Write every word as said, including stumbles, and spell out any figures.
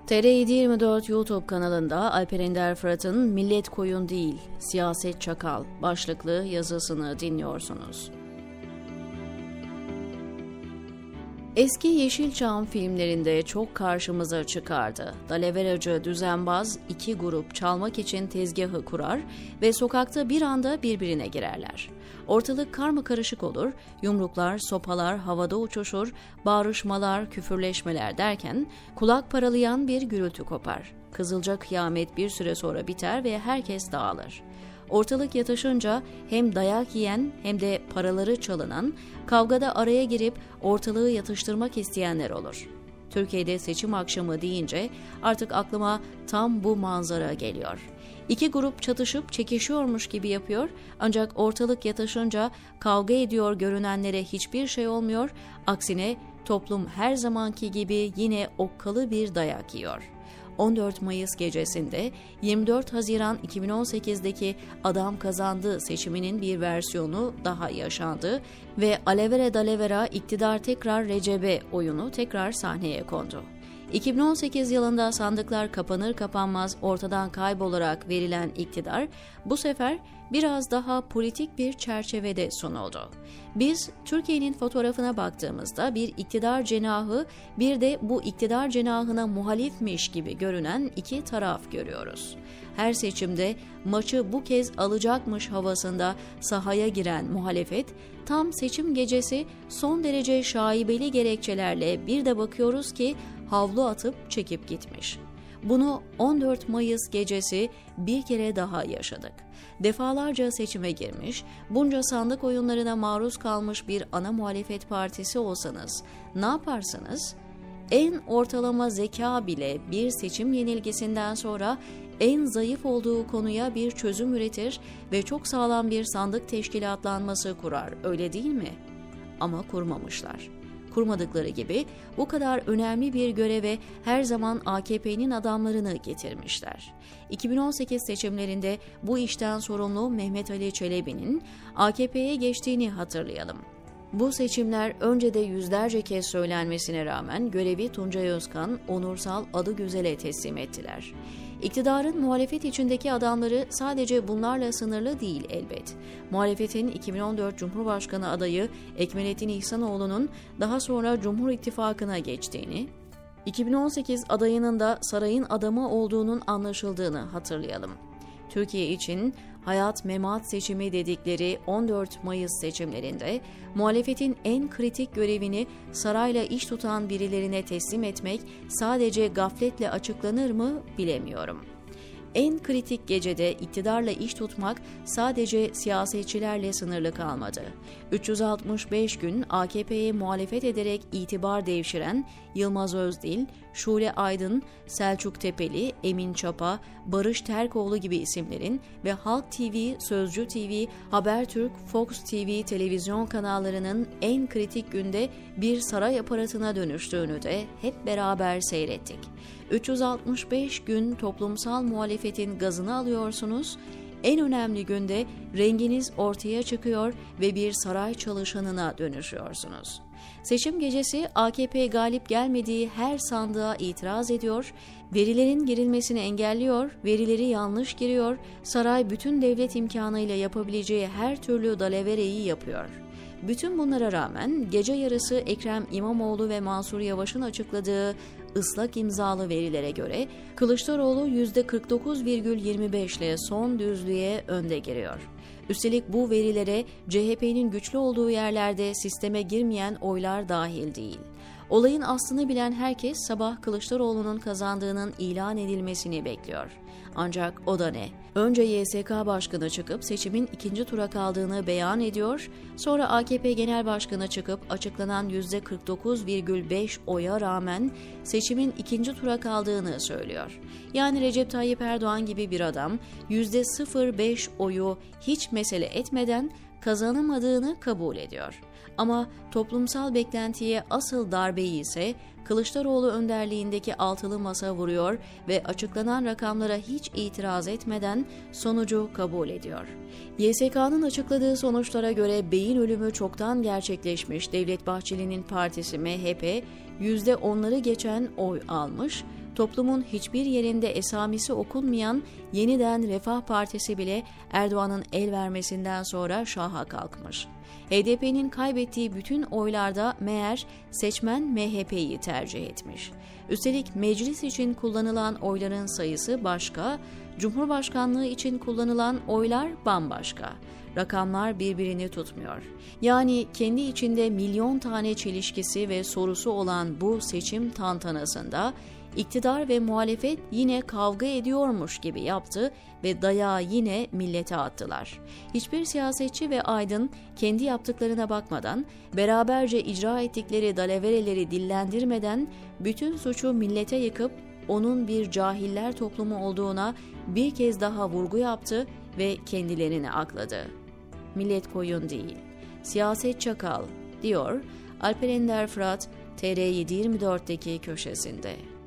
T R yedi yirmi dört YouTube kanalında Alper Ender Fırat'ın "Millet koyun değil, siyaset çakal" başlıklı yazısını dinliyorsunuz. Eski Yeşilçam filmlerinde çok karşımıza çıkardı. Dalaveracı düzenbaz iki grup çalmak için tezgahı kurar ve sokakta bir anda birbirine girerler. Ortalık karmakarışık olur, yumruklar, sopalar havada uçuşur, bağrışmalar, küfürleşmeler derken kulak paralayan bir gürültü kopar. Kızılca kıyamet bir süre sonra biter ve herkes dağılır. Ortalık yatışınca hem dayak yiyen hem de paraları çalınan, kavgada araya girip ortalığı yatıştırmak isteyenler olur. Türkiye'de seçim akşamı deyince artık aklıma tam bu manzara geliyor. İki grup çatışıp çekişiyormuş gibi yapıyor, ancak ortalık yatışınca kavga ediyor görünenlere hiçbir şey olmuyor, aksine toplum her zamanki gibi yine okkalı bir dayak yiyor. on dört Mayıs gecesinde yirmi dört Haziran iki bin on sekizdeki Adam Kazandı seçiminin bir versiyonu daha yaşandı ve Alevere Dalevera iktidar tekrar Recep'e oyunu tekrar sahneye kondu. iki bin on sekiz yılında sandıklar kapanır kapanmaz ortadan kaybolarak verilen iktidar bu sefer biraz daha politik bir çerçevede sunuldu. Biz Türkiye'nin fotoğrafına baktığımızda bir iktidar cenahı, bir de bu iktidar cenahına muhalifmiş gibi görünen iki taraf görüyoruz. Her seçimde maçı bu kez alacakmış havasında sahaya giren muhalefet, tam seçim gecesi son derece şaibeli gerekçelerle bir de bakıyoruz ki havlu atıp çekip gitmiş. Bunu on dört Mayıs gecesi bir kere daha yaşadık. Defalarca seçime girmiş, bunca sandık oyunlarına maruz kalmış bir ana muhalefet partisi olsanız ne yaparsınız? En ortalama zeka bile bir seçim yenilgisinden sonra en zayıf olduğu konuya bir çözüm üretir ve çok sağlam bir sandık teşkilatlanması kurar, öyle değil mi? Ama kurmamışlar. Kurmadıkları gibi bu kadar önemli bir göreve her zaman A K P'nin adamlarını getirmişler. iki bin on sekiz seçimlerinde bu işten sorumlu Mehmet Ali Çelebi'nin A K P'ye geçtiğini hatırlayalım. Bu seçimler önce de yüzlerce kez söylenmesine rağmen görevi Tuncay Özkan, Onursal Adıgüzel'e teslim ettiler. İktidarın muhalefet içindeki adamları sadece bunlarla sınırlı değil elbet. Muhalefetin iki bin on dört Cumhurbaşkanı adayı Ekmelettin İhsanoğlu'nun daha sonra Cumhur İttifakı'na geçtiğini, iki bin on sekiz adayının da sarayın adamı olduğunun anlaşıldığını hatırlayalım. Türkiye için hayat memat seçimi dedikleri on dört Mayıs seçimlerinde muhalefetin en kritik görevini sarayla iş tutan birilerine teslim etmek sadece gafletle açıklanır mı bilemiyorum. En kritik gecede iktidarla iş tutmak sadece siyasetçilerle sınırlı kalmadı. üç yüz altmış beş gün A K P'ye muhalefet ederek itibar devşiren Yılmaz Özdil, Şule Aydın, Selçuk Tepeli, Emin Çapa, Barış Terkoğlu gibi isimlerin ve Halk T V, Sözcü T V, Habertürk, Fox T V televizyon kanallarının en kritik günde bir saray aparatına dönüştüğünü de hep beraber seyrettik. üç yüz altmış beş gün toplumsal muhalefetin gazını alıyorsunuz, en önemli günde renginiz ortaya çıkıyor ve bir saray çalışanına dönüşüyorsunuz. Seçim gecesi A K P galip gelmediği her sandığa itiraz ediyor, verilerin girilmesini engelliyor, verileri yanlış giriyor, saray bütün devlet imkanıyla yapabileceği her türlü dalavereyi yapıyor. Bütün bunlara rağmen gece yarısı Ekrem İmamoğlu ve Mansur Yavaş'ın açıkladığı ıslak imzalı verilere göre Kılıçdaroğlu yüzde kırk dokuz virgül yirmi beş ile son düzlüğe önde giriyor. Üstelik bu verilere C H P'nin güçlü olduğu yerlerde sisteme girmeyen oylar dahil değil. Olayın aslını bilen herkes sabah Kılıçdaroğlu'nun kazandığının ilan edilmesini bekliyor. Ancak o da ne? Önce Y S K Başkanı çıkıp seçimin ikinci tura kaldığını beyan ediyor, sonra A K P Genel Başkanı çıkıp açıklanan yüzde kırk dokuz virgül beş oya rağmen seçimin ikinci tura kaldığını söylüyor. Yani Recep Tayyip Erdoğan gibi bir adam yüzde sıfır virgül beş oyu hiç mesele etmeden kazanamadığını kabul ediyor. Ama toplumsal beklentiye asıl darbeyi ise Kılıçdaroğlu önderliğindeki altılı masa vuruyor ve açıklanan rakamlara hiç itiraz etmeden sonucu kabul ediyor. Y S K'nın açıkladığı sonuçlara göre beyin ölümü çoktan gerçekleşmiş Devlet Bahçeli'nin partisi M H P yüzde onları geçen oy almış, Toplumun hiçbir yerinde esamisi okunmayan Yeniden Refah Partisi bile Erdoğan'ın el vermesinden sonra şaha kalkmış. H D P'nin kaybettiği bütün oylarda meğer seçmen M H P'yi tercih etmiş. Üstelik meclis için kullanılan oyların sayısı başka, Cumhurbaşkanlığı için kullanılan oylar bambaşka. Rakamlar birbirini tutmuyor. Yani kendi içinde milyon tane çelişkisi ve sorusu olan bu seçim tantanasında iktidar ve muhalefet yine kavga ediyormuş gibi yaptı ve dayağı yine millete attılar. Hiçbir siyasetçi ve aydın kendi yaptıklarına bakmadan, beraberce icra ettikleri dalavereleri dillendirmeden bütün suçu millete yıkıp onun bir cahiller toplumu olduğuna bir kez daha vurgu yaptı ve kendilerini akladı. Millet koyun değil, siyaset çakal, diyor Alper Ender Fırat T R yedi yirmi dört'teki köşesinde.